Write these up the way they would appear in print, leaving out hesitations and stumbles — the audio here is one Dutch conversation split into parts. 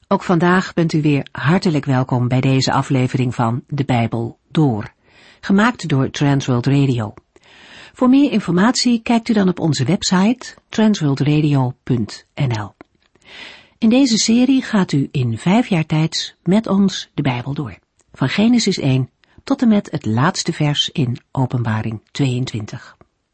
Ook vandaag bent u weer hartelijk welkom bij deze aflevering van De Bijbel Door, gemaakt door Transworld Radio. Voor meer informatie kijkt u dan op onze website transworldradio.nl. In deze serie gaat u in 5 jaar tijd met ons de Bijbel door, van Genesis 1 tot en met het laatste vers in Openbaring 22.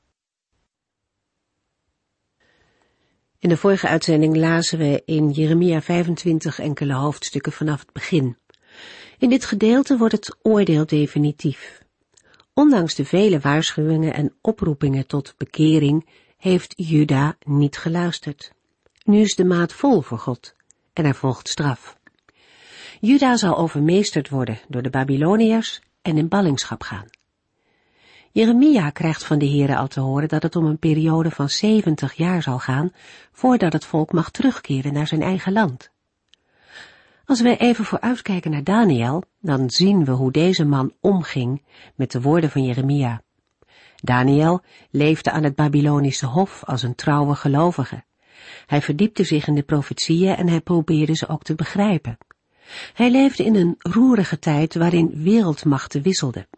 In de vorige uitzending lazen we in Jeremia 25 enkele hoofdstukken vanaf het begin. In dit gedeelte wordt het oordeel definitief. Ondanks de vele waarschuwingen en oproepingen tot bekering heeft Juda niet geluisterd. Nu is de maat vol voor God en er volgt straf. Juda zal overmeesterd worden door de Babyloniërs en in ballingschap gaan. Jeremia krijgt van de Heere al te horen dat het om een periode van 70 jaar zal gaan voordat het volk mag terugkeren naar zijn eigen land. Als we even vooruitkijken naar Daniel, dan zien we hoe deze man omging met de woorden van Jeremia. Daniel leefde aan het Babylonische hof als een trouwe gelovige. Hij verdiepte zich in de profetieën en hij probeerde ze ook te begrijpen. Hij leefde in een roerige tijd waarin wereldmachten wisselden.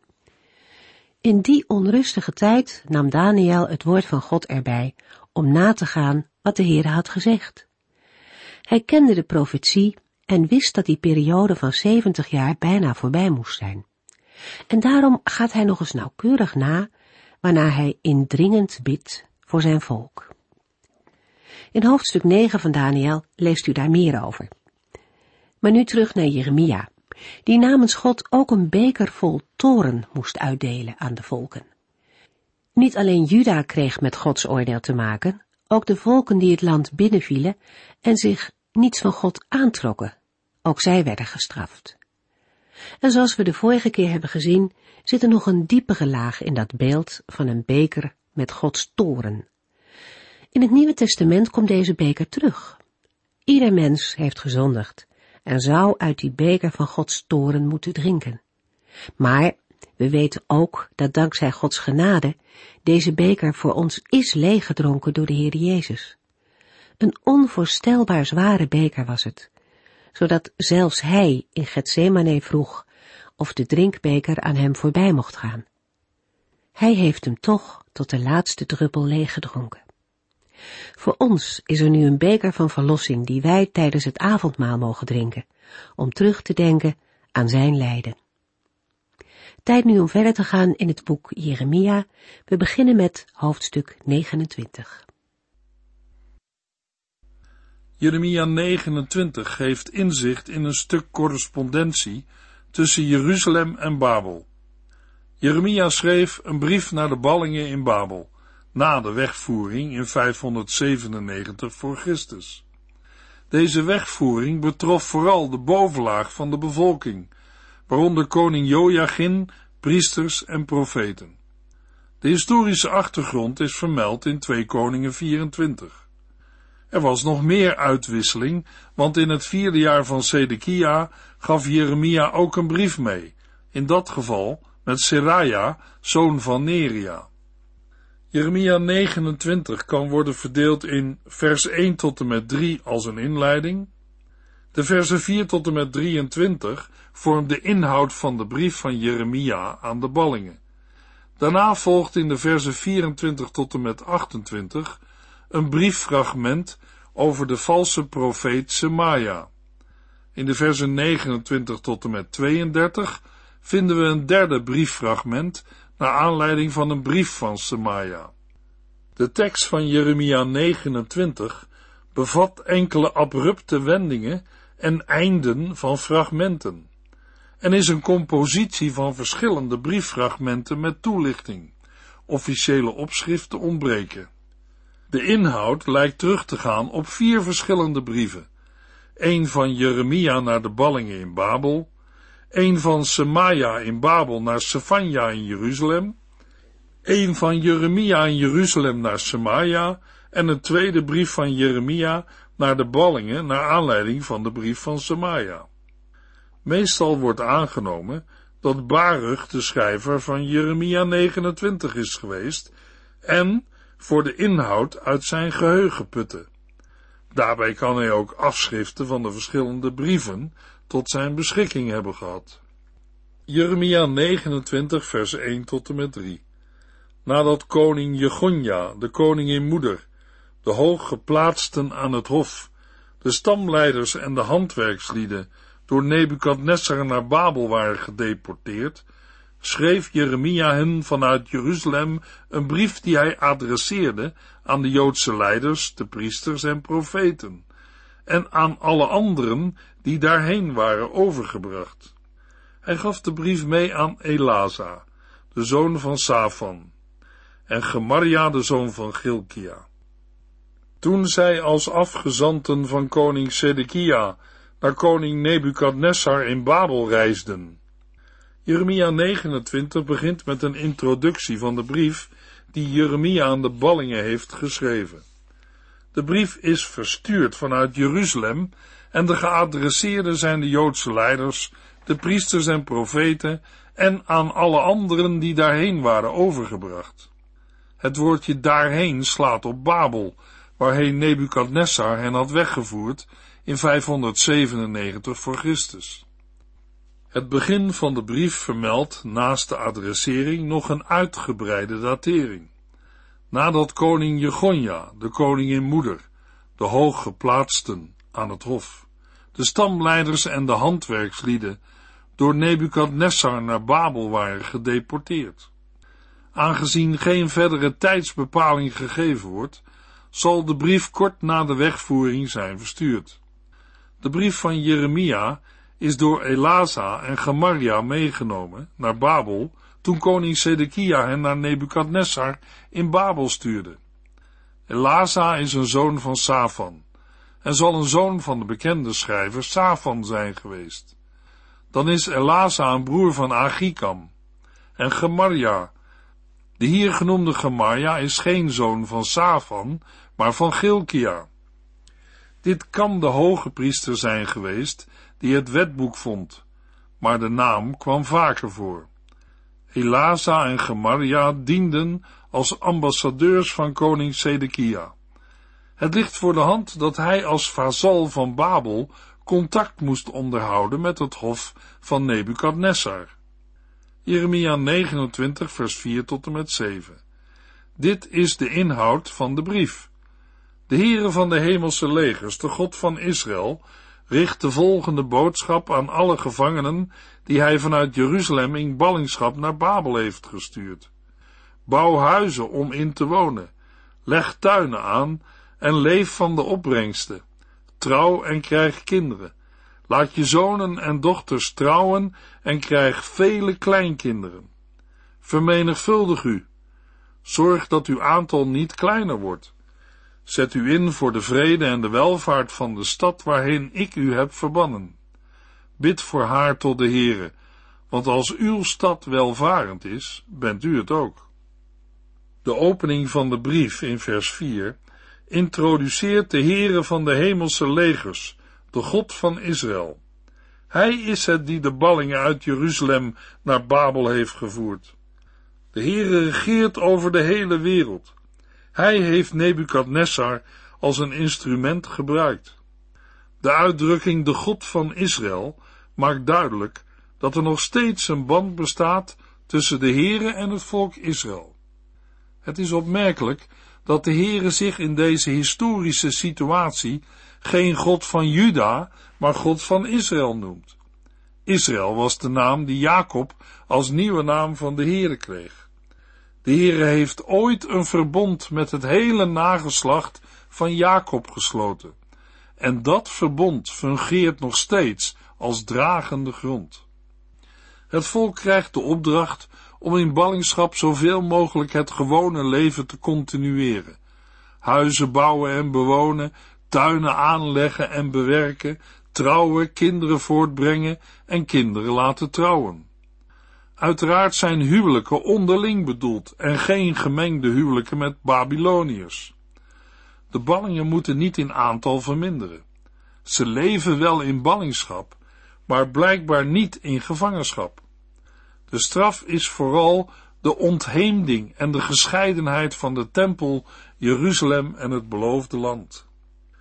In die onrustige tijd nam Daniel het woord van God erbij om na te gaan wat de Heere had gezegd. Hij kende de profetie en wist dat die periode van 70 jaar bijna voorbij moest zijn. En daarom gaat hij nog eens nauwkeurig na, waarna hij indringend bidt voor zijn volk. In hoofdstuk 9 van Daniel leest u daar meer over. Maar nu terug naar Jeremia, die namens God ook een beker vol toorn moest uitdelen aan de volken. Niet alleen Juda kreeg met Gods oordeel te maken, ook de volken die het land binnenvielen en zich niets van God aantrokken, ook zij werden gestraft. En zoals we de vorige keer hebben gezien, zit er nog een diepere laag in dat beeld van een beker met Gods toorn. In het Nieuwe Testament komt deze beker terug. Ieder mens heeft gezondigd en zou uit die beker van Gods toorn moeten drinken. Maar we weten ook dat dankzij Gods genade deze beker voor ons is leeggedronken door de Heer Jezus. Een onvoorstelbaar zware beker was het, zodat zelfs hij in Getsemane vroeg of de drinkbeker aan hem voorbij mocht gaan. Hij heeft hem toch tot de laatste druppel leeggedronken. Voor ons is er nu een beker van verlossing die wij tijdens het avondmaal mogen drinken, om terug te denken aan zijn lijden. Tijd nu om verder te gaan in het boek Jeremia. We beginnen met hoofdstuk 29. Jeremia 29 geeft inzicht in een stuk correspondentie tussen Jeruzalem en Babel. Jeremia schreef een brief naar de ballingen in Babel, na de wegvoering in 597 voor Christus. Deze wegvoering betrof vooral de bovenlaag van de bevolking, waaronder koning Jojachin, priesters en profeten. De historische achtergrond is vermeld in 2 Koningen 24. Er was nog meer uitwisseling, want in het 4e jaar van Sedekia gaf Jeremia ook een brief mee, in dat geval met Seraja, zoon van Neria. Jeremia 29 kan worden verdeeld in vers 1 tot en met 3 als een inleiding. De versen 4 tot en met 23 vormt de inhoud van de brief van Jeremia aan de ballingen. Daarna volgt in de versen 24 tot en met 28 een brieffragment over de valse profeet Semaja. In de versen 29 tot en met 32 vinden we een derde brieffragment naar aanleiding van een brief van Semaja. De tekst van Jeremia 29 bevat enkele abrupte wendingen en einden van fragmenten en is een compositie van verschillende brieffragmenten met toelichting. Officiële opschriften ontbreken. De inhoud lijkt terug te gaan op 4 verschillende brieven. 1 van Jeremia naar de ballingen in Babel, 1 van Semaja in Babel naar Sefanja in Jeruzalem, 1 van Jeremia in Jeruzalem naar Semaja en een tweede brief van Jeremia naar de ballingen naar aanleiding van de brief van Semaja. Meestal wordt aangenomen dat Baruch de schrijver van Jeremia 29 is geweest en voor de inhoud uit zijn geheugen putte. Daarbij kan hij ook afschriften van de verschillende brieven tot zijn beschikking hebben gehad. Jeremia 29 vers 1 tot en met 3. Nadat koning Jegonja, de koningin-moeder, de hooggeplaatsten aan het hof, de stamleiders en de handwerkslieden door Nebukadnessar naar Babel waren gedeporteerd, schreef Jeremia hen vanuit Jeruzalem een brief die hij adresseerde aan de Joodse leiders, de priesters en profeten, en aan alle anderen die daarheen waren overgebracht. Hij gaf de brief mee aan Elasa, de zoon van Safan, en Gemaria, de zoon van Gilkia. Toen zij als afgezanten van koning Sedekia naar koning Nebukadnessar in Babel reisden. Jeremia 29 begint met een introductie van de brief die Jeremia aan de ballingen heeft geschreven. De brief is verstuurd vanuit Jeruzalem en de geadresseerden zijn de Joodse leiders, de priesters en profeten en aan alle anderen die daarheen waren overgebracht. Het woordje daarheen slaat op Babel, waarheen Nebukadnessar hen had weggevoerd in 597 voor Christus. Het begin van de brief vermeldt naast de adressering nog een uitgebreide datering. Nadat koning Jegonja, de koningin-moeder, de hooggeplaatsten aan het hof, de stamleiders en de handwerkslieden door Nebukadnessar naar Babel waren gedeporteerd. Aangezien geen verdere tijdsbepaling gegeven wordt, zal de brief kort na de wegvoering zijn verstuurd. De brief van Jeremia is door Elasa en Gemaria meegenomen naar Babel toen koning Sedekia hen naar Nebukadnessar in Babel stuurde. Elasa is een zoon van Safan en zal een zoon van de bekende schrijver Safan zijn geweest. Dan is Elasa een broer van Achikam en Gemaria. De hier genoemde Gemaria is geen zoon van Safan, maar van Gilkia. Dit kan de hoge priester zijn geweest die het wetboek vond, maar de naam kwam vaker voor. Elasa en Gemaria dienden als ambassadeurs van koning Sedekia. Het ligt voor de hand dat hij als vazal van Babel contact moest onderhouden met het hof van Nebukadnessar. Jeremia 29 vers 4 tot en met 7. Dit is de inhoud van de brief. De Heere van de hemelse legers, de God van Israël, richt de volgende boodschap aan alle gevangenen die hij vanuit Jeruzalem in ballingschap naar Babel heeft gestuurd. Bouw huizen om in te wonen, leg tuinen aan en leef van de opbrengsten. Trouw en krijg kinderen. Laat je zonen en dochters trouwen en krijg vele kleinkinderen. Vermenigvuldig u. Zorg dat uw aantal niet kleiner wordt. Zet u in voor de vrede en de welvaart van de stad waarheen ik u heb verbannen. Bid voor haar tot de Heere, want als uw stad welvarend is, bent u het ook. De opening van de brief in vers 4 introduceert de Heere van de hemelse legers, de God van Israël. Hij is het die de ballingen uit Jeruzalem naar Babel heeft gevoerd. De Heere regeert over de hele wereld. Hij heeft Nebukadnessar als een instrument gebruikt. De uitdrukking de God van Israël maakt duidelijk dat er nog steeds een band bestaat tussen de Heere en het volk Israël. Het is opmerkelijk dat de Heere zich in deze historische situatie geen God van Juda, maar God van Israël noemt. Israël was de naam die Jacob als nieuwe naam van de Heere kreeg. De Heere heeft ooit een verbond met het hele nageslacht van Jacob gesloten. En dat verbond fungeert nog steeds als dragende grond. Het volk krijgt de opdracht om in ballingschap zoveel mogelijk het gewone leven te continueren. Huizen bouwen en bewonen, tuinen aanleggen en bewerken, trouwen, kinderen voortbrengen en kinderen laten trouwen. Uiteraard zijn huwelijken onderling bedoeld en geen gemengde huwelijken met Babyloniërs. De ballingen moeten niet in aantal verminderen. Ze leven wel in ballingschap, maar blijkbaar niet in gevangenschap. De straf is vooral de ontheemding en de gescheidenheid van de tempel, Jeruzalem en het beloofde land.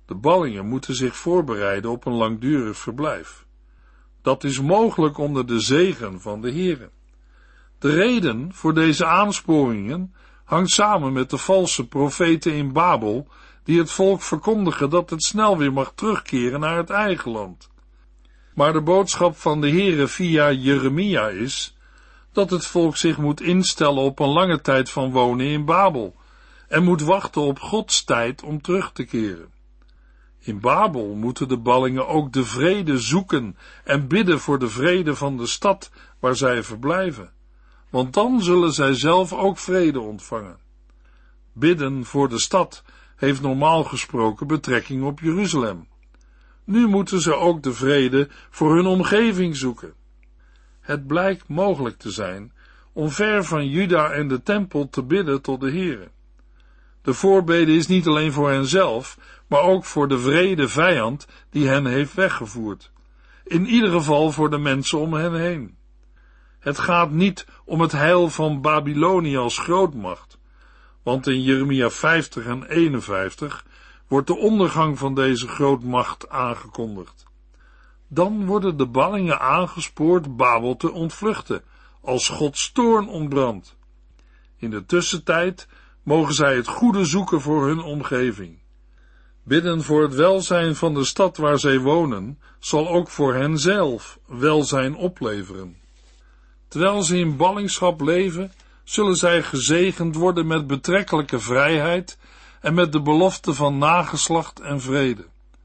De ballingen moeten zich voorbereiden op een langdurig verblijf. Dat is mogelijk onder de zegen van de Heere. De reden voor deze aansporingen hangt samen met de valse profeten in Babel, die het volk verkondigen dat het snel weer mag terugkeren naar het eigen land. Maar de boodschap van de Heere via Jeremia is dat het volk zich moet instellen op een lange tijd van wonen in Babel en moet wachten op Gods tijd om terug te keren. In Babel moeten de ballingen ook de vrede zoeken en bidden voor de vrede van de stad waar zij verblijven, want dan zullen zij zelf ook vrede ontvangen. Bidden voor de stad heeft normaal gesproken betrekking op Jeruzalem. Nu moeten ze ook de vrede voor hun omgeving zoeken. Het blijkt mogelijk te zijn om ver van Juda en de tempel te bidden tot de Heere. De voorbede is niet alleen voor henzelf, maar ook voor de wrede vijand die hen heeft weggevoerd. In ieder geval voor de mensen om hen heen. Het gaat niet om het heil van Babylonië als grootmacht, want in Jeremia 50 en 51 wordt de ondergang van deze grootmacht aangekondigd. Dan worden de ballingen aangespoord Babel te ontvluchten, als Gods toorn ontbrandt. In de tussentijd mogen zij het goede zoeken voor hun omgeving. Bidden voor het welzijn van de stad waar zij wonen, zal ook voor henzelf welzijn opleveren. Terwijl ze in ballingschap leven, zullen zij gezegend worden met betrekkelijke vrijheid en met de belofte van nageslacht en vrede.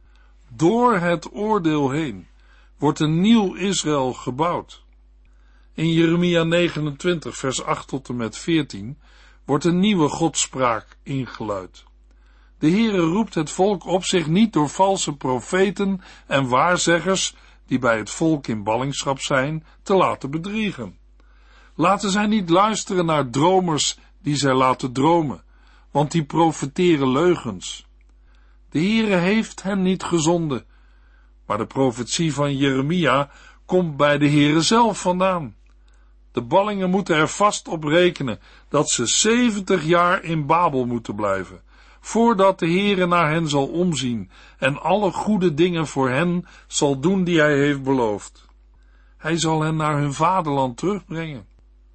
Door het oordeel heen wordt een nieuw Israël gebouwd. In Jeremia 29 vers 8 tot en met 14 wordt een nieuwe godspraak ingeluid. De Heere roept het volk op zich niet door valse profeten en waarzeggers, die bij het volk in ballingschap zijn, te laten bedriegen. Laten zij niet luisteren naar dromers die zij laten dromen, want die profeteren leugens. De Heere heeft hen niet gezonden, maar de profetie van Jeremia komt bij de Heere zelf vandaan. De ballingen moeten er vast op rekenen dat ze 70 jaar in Babel moeten blijven, voordat de Heere naar hen zal omzien en alle goede dingen voor hen zal doen die hij heeft beloofd. Hij zal hen naar hun vaderland terugbrengen.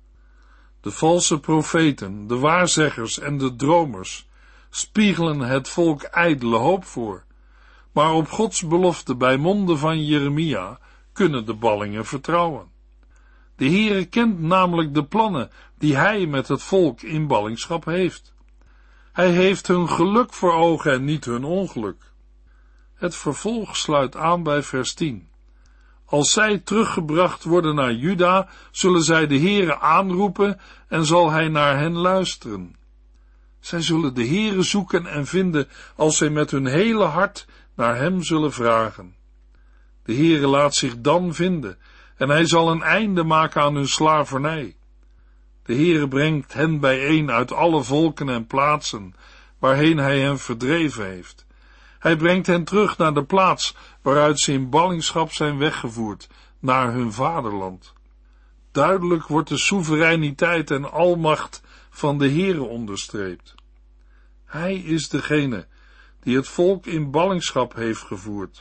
De valse profeten, de waarzeggers en de dromers spiegelen het volk ijdele hoop voor, maar op Gods belofte bij monden van Jeremia kunnen de ballingen vertrouwen. De Heere kent namelijk de plannen die hij met het volk in ballingschap heeft. Hij heeft hun geluk voor ogen en niet hun ongeluk. Het vervolg sluit aan bij vers 10. Als zij teruggebracht worden naar Juda, zullen zij de Heere aanroepen en zal hij naar hen luisteren. Zij zullen de Heere zoeken en vinden als zij met hun hele hart naar hem zullen vragen. De Heere laat zich dan vinden en hij zal een einde maken aan hun slavernij. De Heere brengt hen bijeen uit alle volken en plaatsen waarheen hij hen verdreven heeft. Hij brengt hen terug naar de plaats waaruit ze in ballingschap zijn weggevoerd, naar hun vaderland. Duidelijk wordt de soevereiniteit en almacht van de Heere onderstreept. Hij is degene die het volk in ballingschap heeft gevoerd.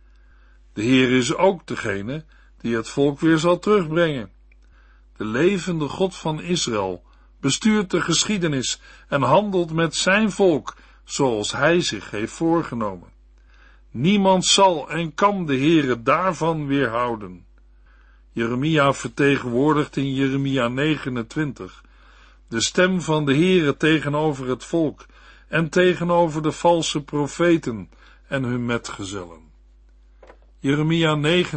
De Heere is ook degene die het volk weer zal terugbrengen. De levende God van Israël bestuurt de geschiedenis en handelt met zijn volk zoals hij zich heeft voorgenomen. Niemand zal en kan de Heere daarvan weerhouden. Jeremia vertegenwoordigt in Jeremia 29 de stem van de Heere tegenover het volk en tegenover de valse profeten en hun metgezellen. Jeremia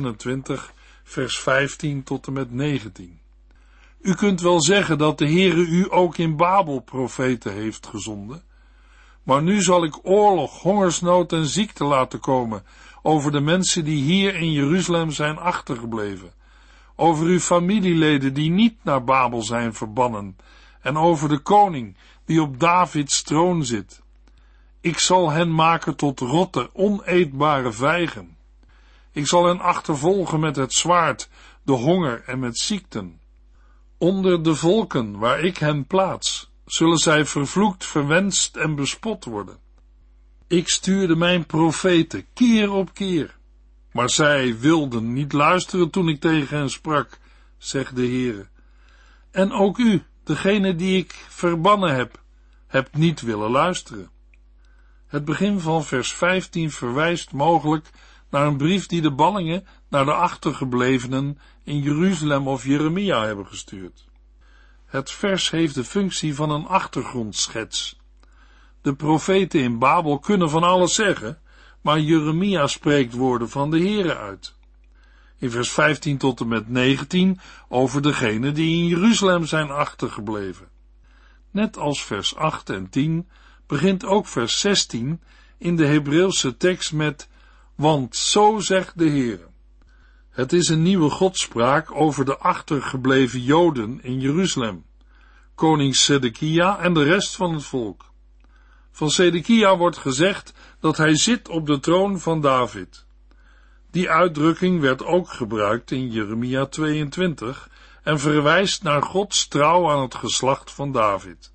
29 vers 15 tot en met 19. U kunt wel zeggen dat de Heere u ook in Babel profeten heeft gezonden, maar nu zal ik oorlog, hongersnood en ziekte laten komen over de mensen die hier in Jeruzalem zijn achtergebleven, over uw familieleden die niet naar Babel zijn verbannen en over de koning die op Davids troon zit. Ik zal hen maken tot rotte, oneetbare vijgen. Ik zal hen achtervolgen met het zwaard, de honger en met ziekten. Onder de volken waar ik hen plaats, zullen zij vervloekt, verwenst en bespot worden. Ik stuurde mijn profeten keer op keer, maar zij wilden niet luisteren toen ik tegen hen sprak, zegt de Heere. En ook u, degene die ik verbannen heb, hebt niet willen luisteren. Het begin van vers 15 verwijst mogelijk naar een brief die de ballingen naar de achtergeblevenen in Jeruzalem of Jeremia hebben gestuurd. Het vers heeft de functie van een achtergrondschets. De profeten in Babel kunnen van alles zeggen, maar Jeremia spreekt woorden van de Heere uit. In vers 15 tot en met 19 over degenen die in Jeruzalem zijn achtergebleven. Net als vers 8 en 10 begint ook vers 16 in de Hebreeuwse tekst met want zo zegt de Heere. Het is een nieuwe godspraak over de achtergebleven Joden in Jeruzalem, koning Sedekia en de rest van het volk. Van Sedekia wordt gezegd dat hij zit op de troon van David. Die uitdrukking werd ook gebruikt in Jeremia 22 en verwijst naar Gods trouw aan het geslacht van David.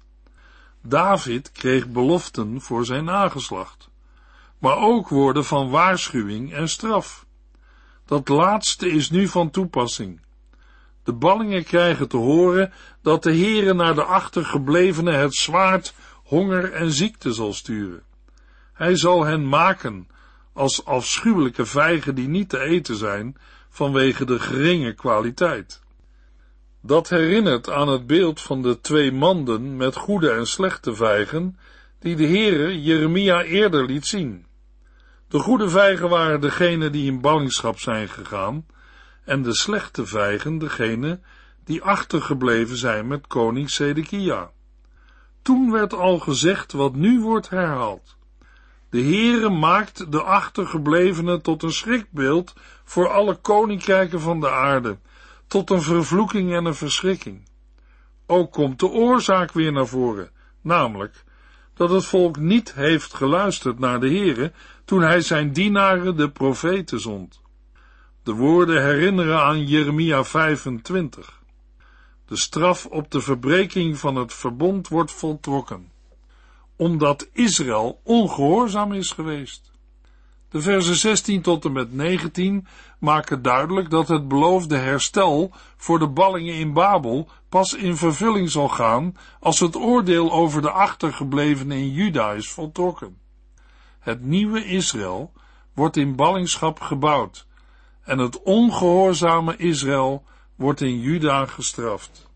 David kreeg beloften voor zijn nageslacht, maar ook woorden van waarschuwing en straf. Dat laatste is nu van toepassing. De ballingen krijgen te horen dat de Heere naar de achtergeblevenen het zwaard, honger en ziekte zal sturen. Hij zal hen maken als afschuwelijke vijgen die niet te eten zijn vanwege de geringe kwaliteit. Dat herinnert aan het beeld van de 2 manden met goede en slechte vijgen die de Heere Jeremia eerder liet zien. De goede vijgen waren degene die in ballingschap zijn gegaan en de slechte vijgen degene die achtergebleven zijn met koning Sedekia. Toen werd al gezegd wat nu wordt herhaald. De Heere maakt de achtergeblevenen tot een schrikbeeld voor alle koninkrijken van de aarde, tot een vervloeking en een verschrikking. Ook komt de oorzaak weer naar voren, namelijk dat het volk niet heeft geluisterd naar de Heere toen hij zijn dienaren de profeten zond. De woorden herinneren aan Jeremia 25. De straf op de verbreking van het verbond wordt voltrokken, omdat Israël ongehoorzaam is geweest. De versen 16 tot en met 19 maken duidelijk dat het beloofde herstel voor de ballingen in Babel pas in vervulling zal gaan als het oordeel over de achtergeblevenen in Juda is voltrokken. Het nieuwe Israël wordt in ballingschap gebouwd en het ongehoorzame Israël wordt in Juda gestraft.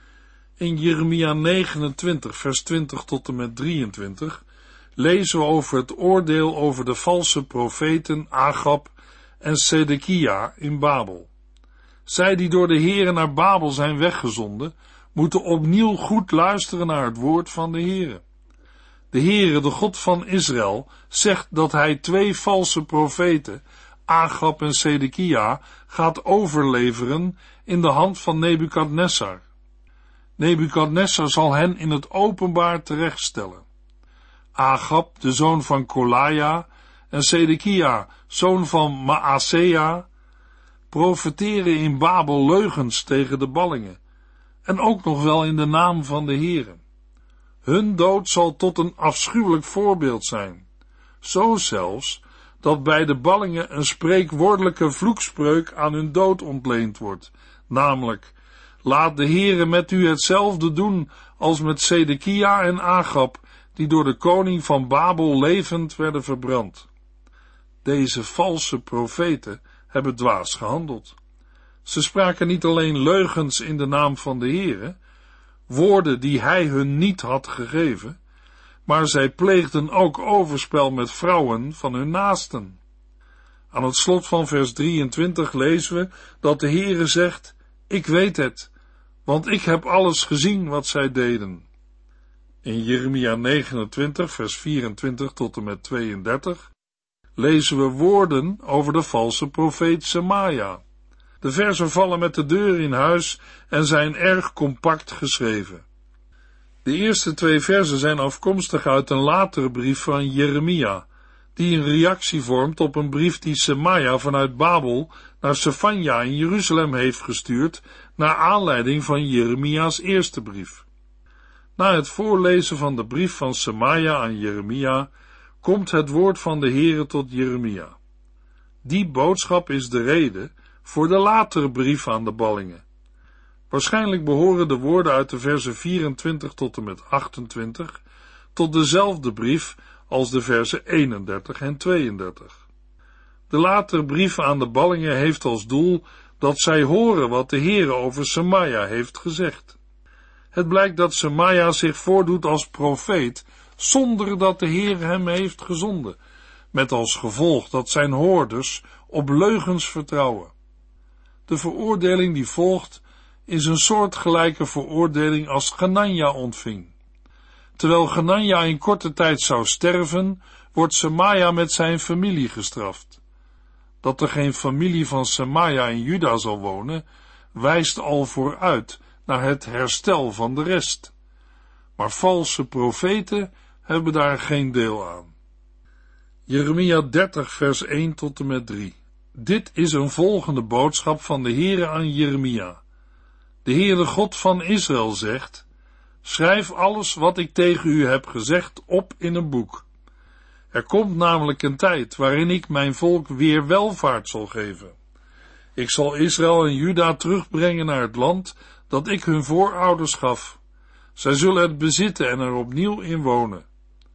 In Jeremia 29 vers 20 tot en met 23 lezen we over het oordeel over de valse profeten Agab en Sedekia in Babel. Zij die door de Heere naar Babel zijn weggezonden, moeten opnieuw goed luisteren naar het woord van de Heere. De Heere, de God van Israël, zegt dat hij 2 valse profeten, Agab en Sedekia, gaat overleveren in de hand van Nebukadnessar. Nebukadnessar zal hen in het openbaar terechtstellen. Agab, de zoon van Kolaja, en Sedekia, zoon van Maasea, profeteren in Babel leugens tegen de ballingen, en ook nog wel in de naam van de Heere. Hun dood zal tot een afschuwelijk voorbeeld zijn, zo zelfs dat bij de ballingen een spreekwoordelijke vloekspreuk aan hun dood ontleend wordt, namelijk: laat de Heere met u hetzelfde doen als met Sedekia en Agab, die door de koning van Babel levend werden verbrand. Deze valse profeten hebben dwaas gehandeld. Ze spraken niet alleen leugens in de naam van de Heere, woorden die hij hun niet had gegeven, maar zij pleegden ook overspel met vrouwen van hun naasten. Aan het slot van vers 23 lezen we dat de Heere zegt: ik weet het, want ik heb alles gezien wat zij deden. In Jeremia 29 vers 24 tot en met 32 lezen we woorden over de valse profeet Semaja. De verzen vallen met de deur in huis en zijn erg compact geschreven. De eerste 2 verzen zijn afkomstig uit een latere brief van Jeremia, die een reactie vormt op een brief die Semaja vanuit Babel naar Sefanja in Jeruzalem heeft gestuurd, naar aanleiding van Jeremia's eerste brief. Na het voorlezen van de brief van Semaja aan Jeremia, komt het woord van de Heere tot Jeremia. Die boodschap is de reden voor de latere brief aan de ballingen. Waarschijnlijk behoren de woorden uit de versen 24 tot en met 28 tot dezelfde brief als de versen 31 en 32. De latere brief aan de ballingen heeft als doel dat zij horen wat de Heere over Semaja heeft gezegd. Het blijkt dat Semaja zich voordoet als profeet, zonder dat de Heere hem heeft gezonden, met als gevolg dat zijn hoorders op leugens vertrouwen. De veroordeling die volgt is een soortgelijke veroordeling als Genanja ontving. Terwijl Genanja in korte tijd zou sterven, wordt Semaja met zijn familie gestraft. Dat er geen familie van Semaja in Juda zal wonen, wijst al vooruit naar het herstel van de rest. Maar valse profeten hebben daar geen deel aan. Jeremia 30 vers 1 tot en met 3. Dit is een volgende boodschap van de Heere aan Jeremia. De Heere God van Israël zegt: schrijf alles wat ik tegen u heb gezegd op in een boek. Er komt namelijk een tijd waarin ik mijn volk weer welvaart zal geven. Ik zal Israël en Juda terugbrengen naar het land dat ik hun voorouders gaf. Zij zullen het bezitten en er opnieuw in wonen.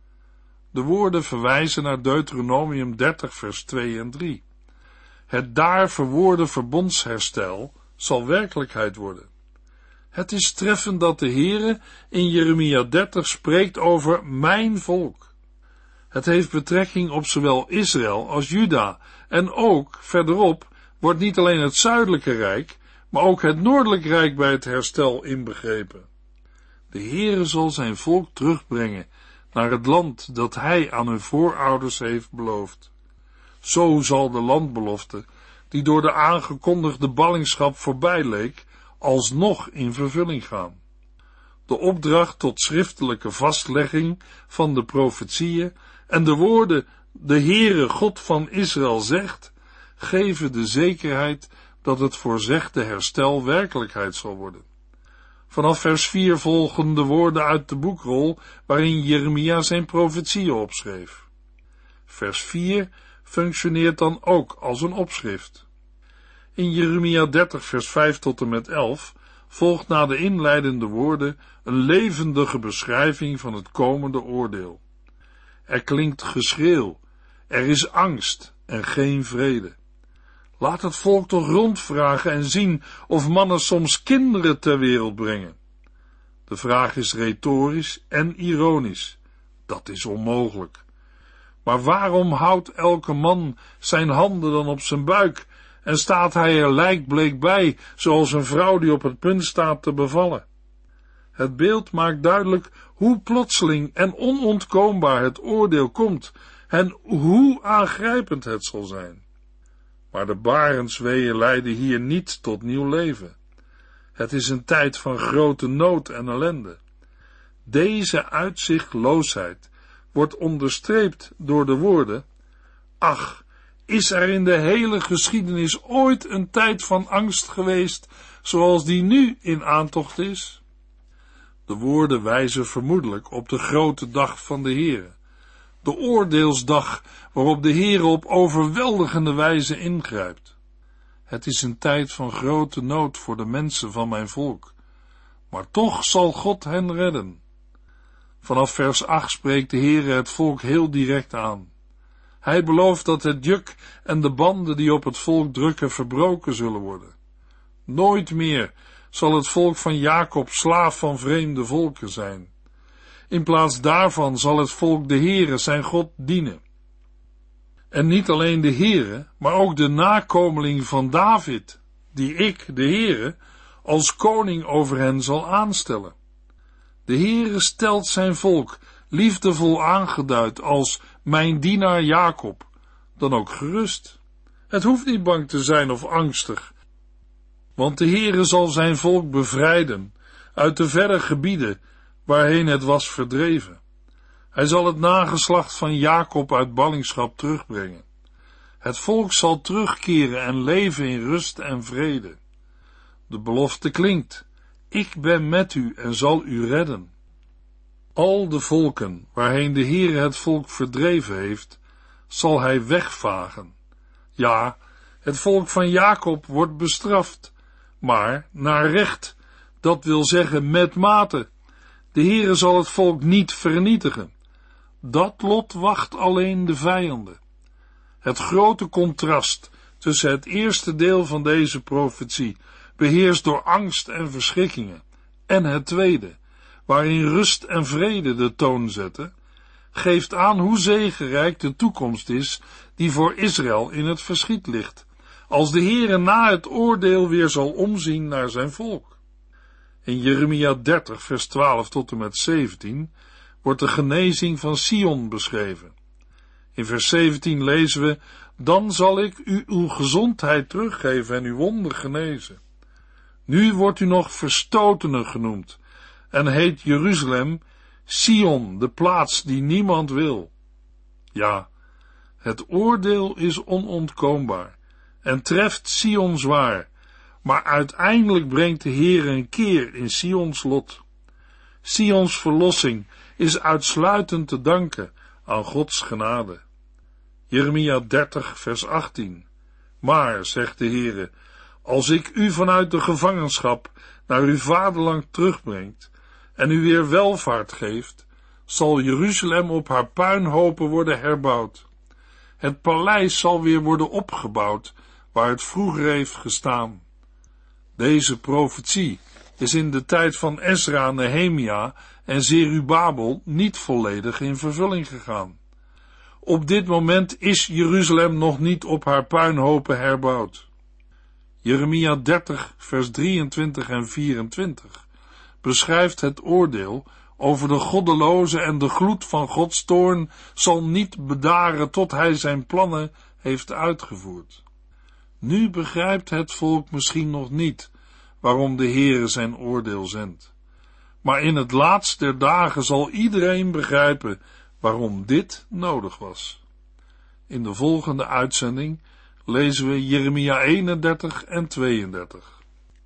De woorden verwijzen naar Deuteronomium 30 vers 2 en 3. Het daar verwoorde verbondsherstel zal werkelijkheid worden. Het is treffend dat de Heere in Jeremia 30 spreekt over mijn volk. Het heeft betrekking op zowel Israël als Juda en ook, verderop, wordt niet alleen het zuidelijke rijk, maar ook het noordelijke rijk bij het herstel inbegrepen. De Heere zal zijn volk terugbrengen naar het land dat hij aan hun voorouders heeft beloofd. Zo zal de landbelofte, die door de aangekondigde ballingschap voorbij leek, alsnog in vervulling gaan. De opdracht tot schriftelijke vastlegging van de profetieën en de woorden, de Heere God van Israël zegt, geven de zekerheid dat het voorzegde herstel werkelijkheid zal worden. Vanaf vers 4 volgen de woorden uit de boekrol waarin Jeremia zijn profetieën opschreef. Vers 4 functioneert dan ook als een opschrift. In Jeremia 30 vers 5 tot en met 11 volgt na de inleidende woorden een levendige beschrijving van het komende oordeel. Er klinkt geschreeuw, er is angst en geen vrede. Laat het volk toch rondvragen en zien of mannen soms kinderen ter wereld brengen. De vraag is retorisch en ironisch. Dat is onmogelijk. Maar waarom houdt elke man zijn handen dan op zijn buik en staat hij er lijkbleek bij, zoals een vrouw die op het punt staat te bevallen? Het beeld maakt duidelijk hoe plotseling en onontkoombaar het oordeel komt en hoe aangrijpend het zal zijn. Maar de barensweeën leiden hier niet tot nieuw leven. Het is een tijd van grote nood en ellende. Deze uitzichtloosheid wordt onderstreept door de woorden: ach, is er in de hele geschiedenis ooit een tijd van angst geweest, zoals die nu in aantocht is? De woorden wijzen vermoedelijk op de grote dag van de Heere, de oordeelsdag waarop de Heere op overweldigende wijze ingrijpt. Het is een tijd van grote nood voor de mensen van mijn volk, maar toch zal God hen redden. Vanaf vers 8 spreekt de Heere het volk heel direct aan. Hij belooft dat het juk en de banden die op het volk drukken verbroken zullen worden. Nooit meer zal het volk van Jacob slaaf van vreemde volken zijn. In plaats daarvan zal het volk de Heere zijn God dienen. En niet alleen de Heere, maar ook de nakomeling van David, die ik, de Heere, als koning over hen zal aanstellen. De Heere stelt zijn volk, liefdevol aangeduid als mijn dienaar Jacob, dan ook gerust. Het hoeft niet bang te zijn of angstig, want de Heere zal zijn volk bevrijden uit de verre gebieden waarheen het was verdreven. Hij zal het nageslacht van Jacob uit ballingschap terugbrengen. Het volk zal terugkeren en leven in rust en vrede. De belofte klinkt: ik ben met u en zal u redden. Al de volken waarheen de Heere het volk verdreven heeft, zal hij wegvagen. Ja, het volk van Jacob wordt bestraft, maar naar recht, dat wil zeggen met mate. De Heere zal het volk niet vernietigen. Dat lot wacht alleen de vijanden. Het grote contrast tussen het eerste deel van deze profetie, beheerst door angst en verschrikkingen, en het tweede, waarin rust en vrede de toon zetten, geeft aan hoe zegenrijk de toekomst is die voor Israël in het verschiet ligt, als de Heere na het oordeel weer zal omzien naar zijn volk. In Jeremia 30 vers 12 tot en met 17 wordt de genezing van Sion beschreven. In vers 17 lezen we: dan zal ik u uw gezondheid teruggeven en uw wonden genezen. Nu wordt u nog verstotene genoemd en heet Jeruzalem Sion, de plaats die niemand wil. Ja, het oordeel is onontkoombaar en treft Sion zwaar, maar uiteindelijk brengt de Heer een keer in Sions lot. Sions verlossing is uitsluitend te danken aan Gods genade. Jeremia 30 vers 18. Maar, zegt de Heere, als ik u vanuit de gevangenschap naar uw vaderland terugbrengt en u weer welvaart geeft, zal Jeruzalem op haar puinhopen worden herbouwd. Het paleis zal weer worden opgebouwd waar het vroeger heeft gestaan. Deze profetie is in de tijd van Ezra, Nehemia en Zerubabel niet volledig in vervulling gegaan. Op dit moment is Jeruzalem nog niet op haar puinhopen herbouwd. Jeremia 30 vers 23 en 24 beschrijft het oordeel over de goddeloze en de gloed van Gods toorn zal niet bedaren tot hij zijn plannen heeft uitgevoerd. Nu begrijpt het volk misschien nog niet waarom de Heere zijn oordeel zendt. Maar in het laatst der dagen zal iedereen begrijpen waarom dit nodig was. In de volgende uitzending lezen we Jeremia 31 en 32.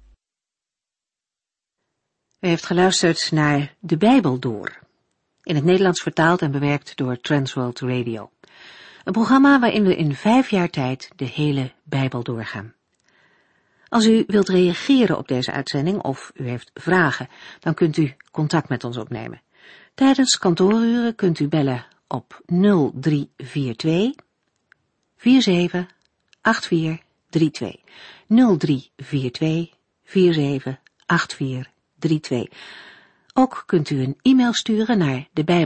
U heeft geluisterd naar De Bijbel Door, in het Nederlands vertaald en bewerkt door Transworld Radio. Een programma waarin we in 5 jaar tijd de hele Bijbel doorgaan. Als u wilt reageren op deze uitzending of u heeft vragen, dan kunt u contact met ons opnemen. Tijdens kantooruren kunt u bellen op 0342 478432. 0342 478432. Ook kunt u een e-mail sturen naar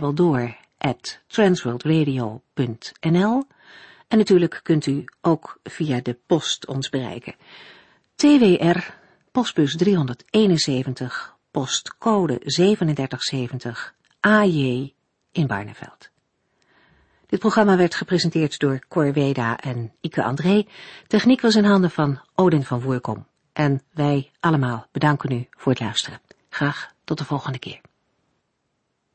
debijbeldoor@transworldradio.nl en natuurlijk kunt u ook via de post ons bereiken. TWR, postbus 371, postcode 3770, AJ in Barneveld. Dit programma werd gepresenteerd door Cor Weda en Ike André. Techniek was in handen van Odin van Voerkom. En wij allemaal bedanken u voor het luisteren. Graag tot de volgende keer.